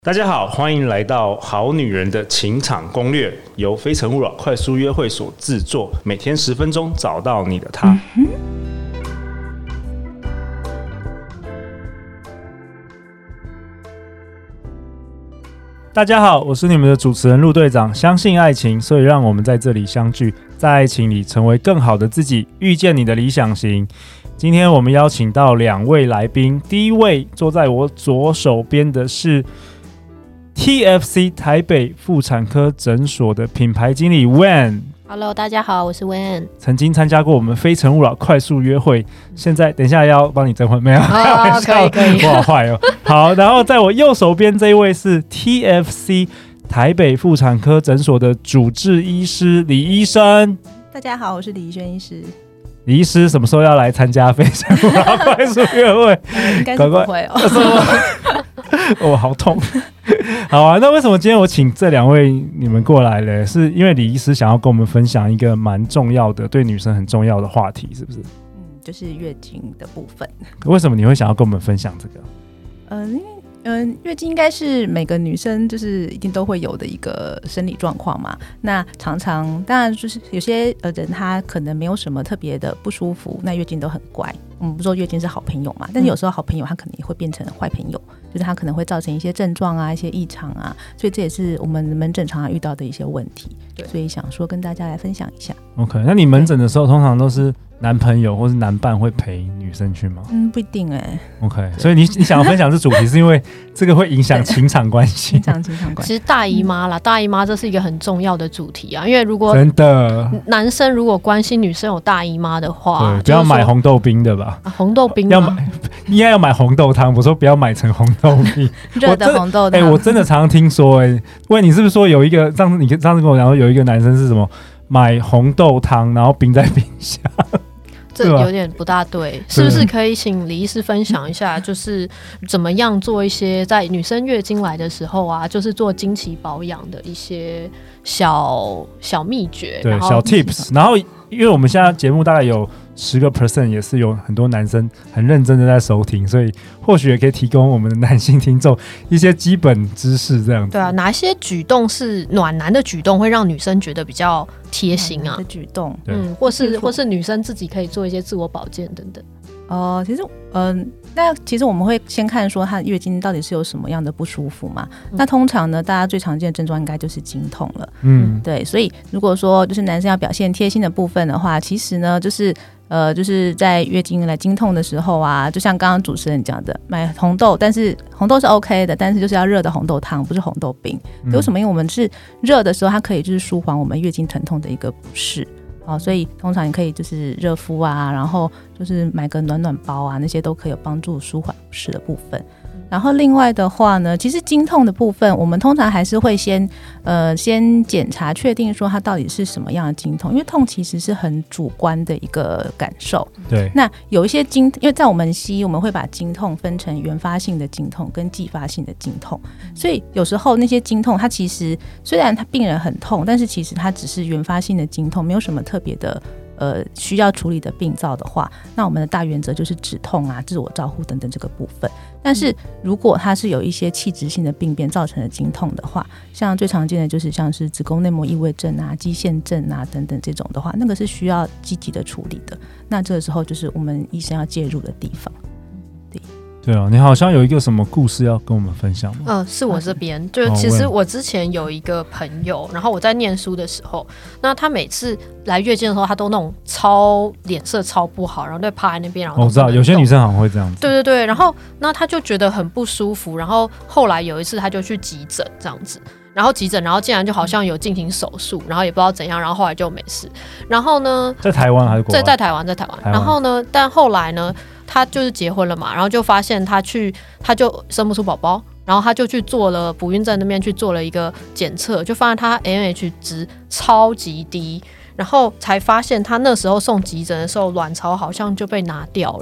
大家好，欢迎来到好女人的情场攻略，由非诚勿扰快速约会所制作，每天10分钟，找到你的他。大家好，我是你们的主持人陆队长。相信爱情，所以让我们在这里相聚，在爱情里成为更好的自己，遇见你的理想型。今天我们邀请到2位来宾，第一位坐在我左手边的是TFC 台北妇产科诊所的品牌经理 Wen。Hello， 大家好，我是 Wen。 曾经参加过我们非诚勿扰快速约会，现在等一下要帮你征婚没有？ 可以， 我好坏哦。好，然后在我右手边这一位是 TFC 台北妇产科诊所的主治医师李医生。 大家好，我是李怡萱医师。 李医师什么时候要来参加非诚勿扰快速约会？ 应该是不会哦。 哦，好痛。好啊，那为什么今天我请这2位你们过来呢？是因为李医师想要跟我们分享一个蛮重要的，对女生很重要的话题，是不是？ 就是月经的部分。 为什么你会想要跟我们分享这个？ 因为月经应该是每个女生就是一定都会有的一个生理状况嘛。那常常当然就是有些人他可能没有什么特别的不舒服，那月经都很乖。我们不说月经是好朋友嘛，但是有时候好朋友他可能也会变成坏朋友，就是他可能会造成一些症状啊、一些异常啊，所以这也是我们门诊常常遇到的一些问题。所以想说跟大家来分享一下。 OK， 那你门诊的时候通常都是男朋友或是男伴会陪女生去吗？ 不一定 OK， 所以你想要分享这主题是因为这个会影响情场关系。 情场关系。 其实大姨妈啦，大姨妈这是一个很重要的主题啊，因为如果真的男生如果关心女生有大姨妈的话， 对，不要买红豆冰的吧。 红豆冰应该要买红豆汤。我说不要买成红豆冰， 热的红豆汤。 我真的常常听说，喂，你是不是说有一个上次跟我讲说有一个男生是什么买红豆汤然后冰在冰箱？ 这有点不大对，是不是可以请李医师分享一下，就是怎么样做一些在女生月经来的时候啊，就是做经期保养的一些小秘诀， 对，小 tips。然后因为我们现在节目大概有10% 也是有很多男生很认真的在收听，所以或许也可以提供我们的男性听众一些基本知识这样子。 对啊，哪一些举动是暖男的举动会让女生觉得比较贴心啊？ 的举动， 或是女生自己可以做一些自我保健等等。 其实我们会先看说她月经到底是有什么样的不舒服嘛。那通常呢，大家最常见的症状应该就是经痛了。对，所以如果说就是男生要表现贴心的部分的话，其实呢就是在月经来经痛的时候啊，就像刚刚主持人讲的，买红豆，但是红豆是 OK 的，但是就是要热的红豆汤，不是红豆冰。为什么？因为我们是热的时候，它可以就是舒缓我们月经疼痛的一个不适。所以通常你可以就是热敷啊，然后就是买个暖暖包啊，那些都可以有帮助舒缓不适的部分。然后另外的话呢，其实经痛的部分我们通常还是会先检查确定说它到底是什么样的经痛，因为痛其实是很主观的一个感受。 对， 那有一些因为在我们西医我们会把经痛分成原发性的经痛跟继发性的经痛，所以有时候那些经痛它其实虽然它病人很痛，但是其实它只是原发性的经痛，没有什么特别的需要处理的病灶的话，那我们的大原则就是止痛啊、自我照护等等这个部分。但是如果它是有一些器质性的病变造成的经痛的话，像最常见的就是像是子宫内膜异位症啊、肌腺症啊等等这种的话，那个是需要积极的处理的。那这个时候就是我们医生要介入的地方。 对啊，你好像有一个什么故事要跟我们分享吗？ 是我这边，就其实我之前有一个朋友，然后我在念书的时候，那他每次来月经的时候，他都那种脸色超不好，然后就趴在那边，然后我知道有些女生好像会这样子。 对，然后那他就觉得很不舒服，然后后来有一次他就去急诊这样子。然后急诊，然后竟然就好像有进行手术，然后也不知道怎样，然后后来就没事。然后呢， 在台湾还是国外？ 在台湾。然后呢，但后来呢，他就是结婚了嘛，然后就发现他就生不出宝宝，然后他就去做了不孕症那边去做了一个检测，就发现他 AMH 值超级低，然后才发现他那时候送急诊的时候，卵巢好像就被拿掉了。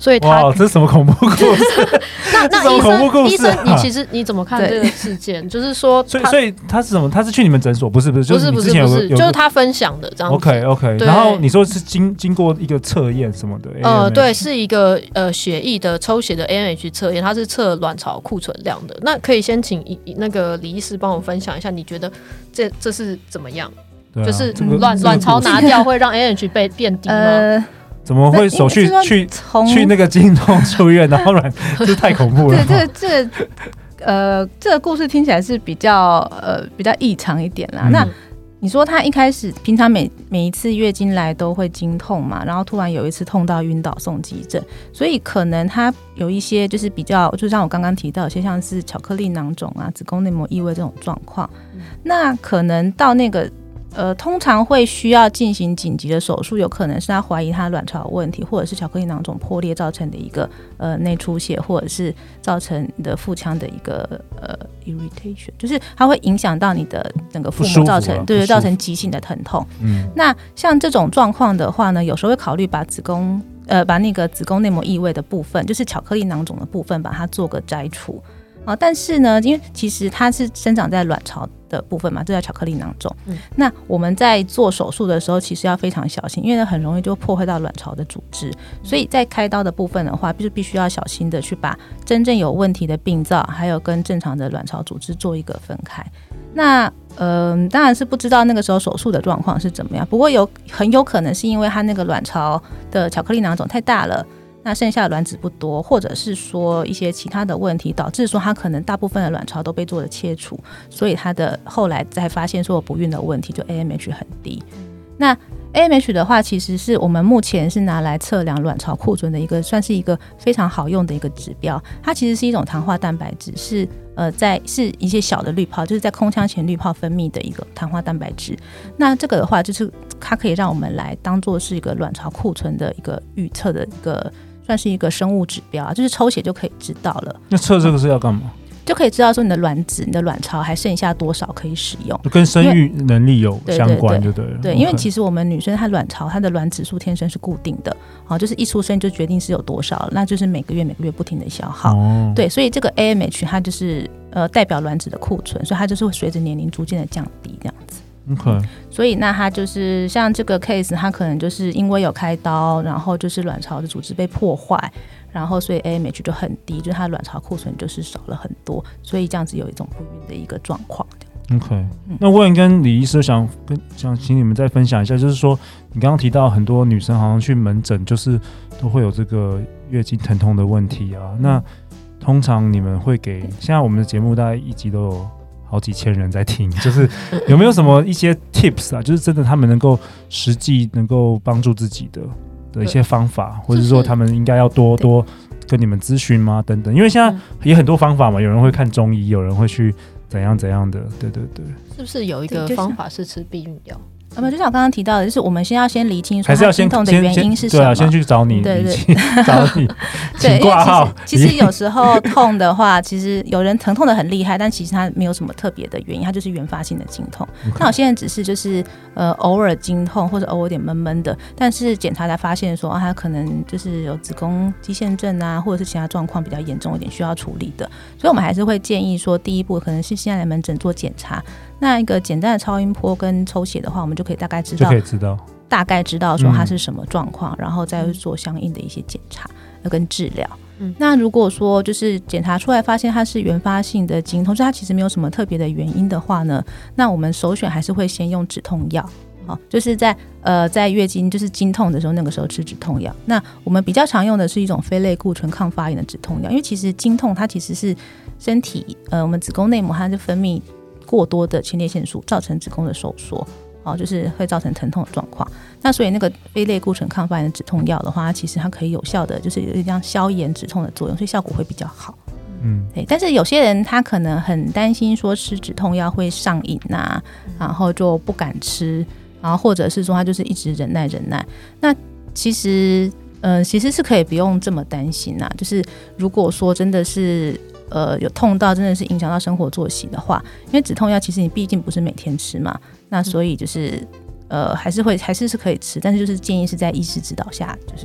所以他哇，这是什么恐怖故事？ 那医生，你其实你怎么看这个事件？就是说， 所以他是什么？他是去你们诊所？不是，就是你之前有就是他分享的这样子。 OK， 然后你说是经过一个测验什么的对，是一个血液的抽血的 AMH 测验，它是测卵巢库存量的。那可以先请那个李医师帮我分享一下，你觉得这是怎么样？就是卵巢拿掉会让 AMH 变低吗？ 怎么会手去那个经痛出院，然后这太恐怖了。 这个故事听起来是比较异常一点啦。那你说他一开始平常每一次月经来都会经痛嘛，然后突然有一次痛到晕倒送急诊，所以可能他有一些就是比较，就像我刚刚提到，有些像是巧克力囊肿啊、子宫内膜异位这种状况，那可能到那个。通常会需要进行紧急的手术，有可能是他怀疑他卵巢有问题，或者是巧克力囊肿破裂造成的一个内出血，或者是造成你的腹腔的一个irritation， 就是它会影响到你的整个腹膜，造成急性的疼痛。那像这种状况的话呢，有时候会考虑把把那个子宫内膜异位的部分，就是巧克力囊肿的部分，把它做个摘除。但是呢，因为其实它是生长在卵巢的部分嘛，这叫巧克力囊肿。那我们在做手术的时候，其实要非常小心，因为很容易就破坏到卵巢的组织，所以在开刀的部分的话，就必须要小心的去把真正有问题的病灶，还有跟正常的卵巢组织做一个分开。那当然是不知道那个时候手术的状况是怎么样，不过很有可能是因为它那个卵巢的巧克力囊肿太大了。那剩下的卵子不多，或者是说一些其他的问题，导致说他可能大部分的卵巢都被做了切除，所以他的后来才发现说不孕的问题，就 AMH 很低。那 AMH 的话，其实是我们目前是拿来测量卵巢库存的算是一个非常好用的一个指标。它其实是一种糖化蛋白质，是一些小的滤泡，就是在空腔前滤泡分泌的一个糖化蛋白质。那这个的话，就是它可以让我们来当做是一个卵巢库存的一个预测的算是一个生物指标，就是抽血就可以知道了。 那测这个是要干嘛？ 就可以知道说你的卵子、你的卵巢还剩下多少可以使用， 跟生育能力有相关就对了。 对，因为其实我们女生她卵巢她的卵子数天生是固定的，就是一出生就决定是有多少，那就是每个月不停的消耗。对，所以这个 AMH 它就是代表卵子的库存，所以它就是会随着年龄逐渐的降低这样子。 Okay. 所以那它就是像这个 case， 它可能就是因为有开刀，然后就是卵巢的组织被破坏，然后所以 AMH 就很低，就是它卵巢库存就是少了很多，所以这样子有一种不孕的一个状况。 OK，那我也跟李医师想请你们再分享一下，就是说你刚刚提到很多女生好像去门诊就是都会有这个月经疼痛的问题啊，那通常你们会给现在我们的节目大概一集都有好几千人在听，就是有没有什么一些 tips 啊，就是真的他们能够实际能够帮助自己的一些方法，或者说他们应该要多跟你们咨询吗？等等，因为现在也很多方法嘛，有人会看中医，有人会去怎样怎样的，对对对。是不是有一个方法是吃避孕药？ 就像我刚刚提到的，就是我们先要厘清说他经痛的原因是什么。 对啊，先去找你， 对， 找你，请挂号。 其实有时候痛的话，其实有人疼痛的很厉害，但其实他没有什么特别的原因，他就是原发性的经痛。那有些人只是就是偶尔经痛或者偶尔有点闷闷的，但是检查才发现说他可能就是有子宫肌腺症啊，或者是其他状况比较严重一点需要处理的。所以我们还是会建议说，第一步可能是先来门诊做检查。那一个简单的超音波跟抽血的话，我们就可以大概知道说它是什么状况，然后再做相应的一些检查跟治疗。那如果说就是检查出来发现它是原发性的经痛，就是它其实没有什么特别的原因的话呢，那我们首选还是会先用止痛药。就是在月经就是经痛的时候，那个时候吃止痛药。那我们比较常用的是一种非类固醇抗发炎的止痛药，因为其实经痛它其实是身体我们子宫内膜它就分泌过多的前列腺素，造成子宫的收缩，就是会造成疼痛的状况。那所以那个非类固醇抗发炎的止痛药的话，其实它可以有效的就是有点像消炎止痛的作用，所以效果会比较好。对。但是有些人他可能很担心说吃止痛药会上瘾啊，然后就不敢吃，然后或者是说他就是一直忍耐。那其实是可以不用这么担心啊，就是如果说真的是有痛到真的是影响到生活作息的话，因为止痛药其实你毕竟不是每天吃嘛，那所以就是还是可以吃，但是就是建议是在医师指导下就是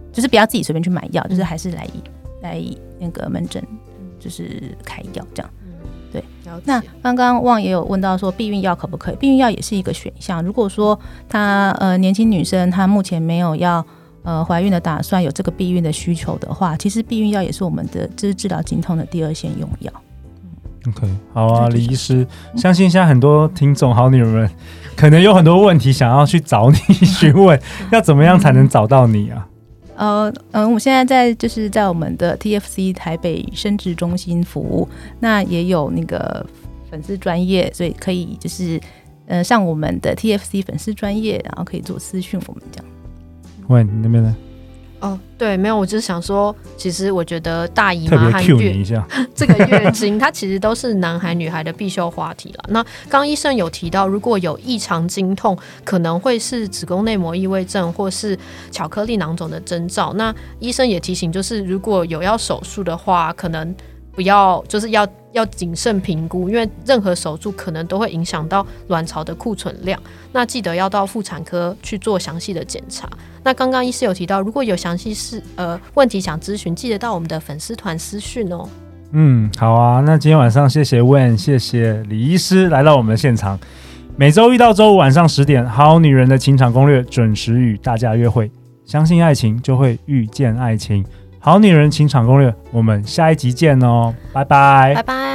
就是不要自己随便去买药，就是还是来那个门诊就是开药这样。对，那刚刚旺也有问到说避孕药可不可以？避孕药也是一个选项。如果说她年轻女生她目前没有要怀孕的打算，有这个避孕的需求的话，其实避孕药也是我们的就是治疗经痛的第二线用药。 OK， 好啊，李医师，相信现在很多听众好女人们可能有很多问题想要去找你询问，要怎么样才能找到你啊？ 我们现在就是在我们的 TFC 台北生殖中心服务，那也有那个粉丝专页，所以可以就是上我们的 TFC 粉丝专页，然后可以做私讯我们这样。 喂，你那边呢？ 对，没有，我就是想说，其实我觉得大姨妈和这个月经，它其实都是男孩女孩的必修话题了。那刚医生有提到，如果有异常经痛，可能会是子宫内膜异位症或是巧克力囊肿的征兆。那医生也提醒，就是如果有要手术的话，可能不要，就是要谨慎评估，因为任何手术可能都会影响到卵巢的库存量。那记得要到妇产科去做详细的检查。那刚刚医师有提到，如果有详细问题想咨询，记得到我们的粉丝团私讯哦。 好啊，那今天晚上谢谢 Wen， 谢谢李医师来到我们的现场。每周一到周五晚上10点，好女人的情场攻略准时与大家约会。相信爱情，就会遇见爱情。好女人情场攻略，我们下一集见哦，拜拜， 拜拜。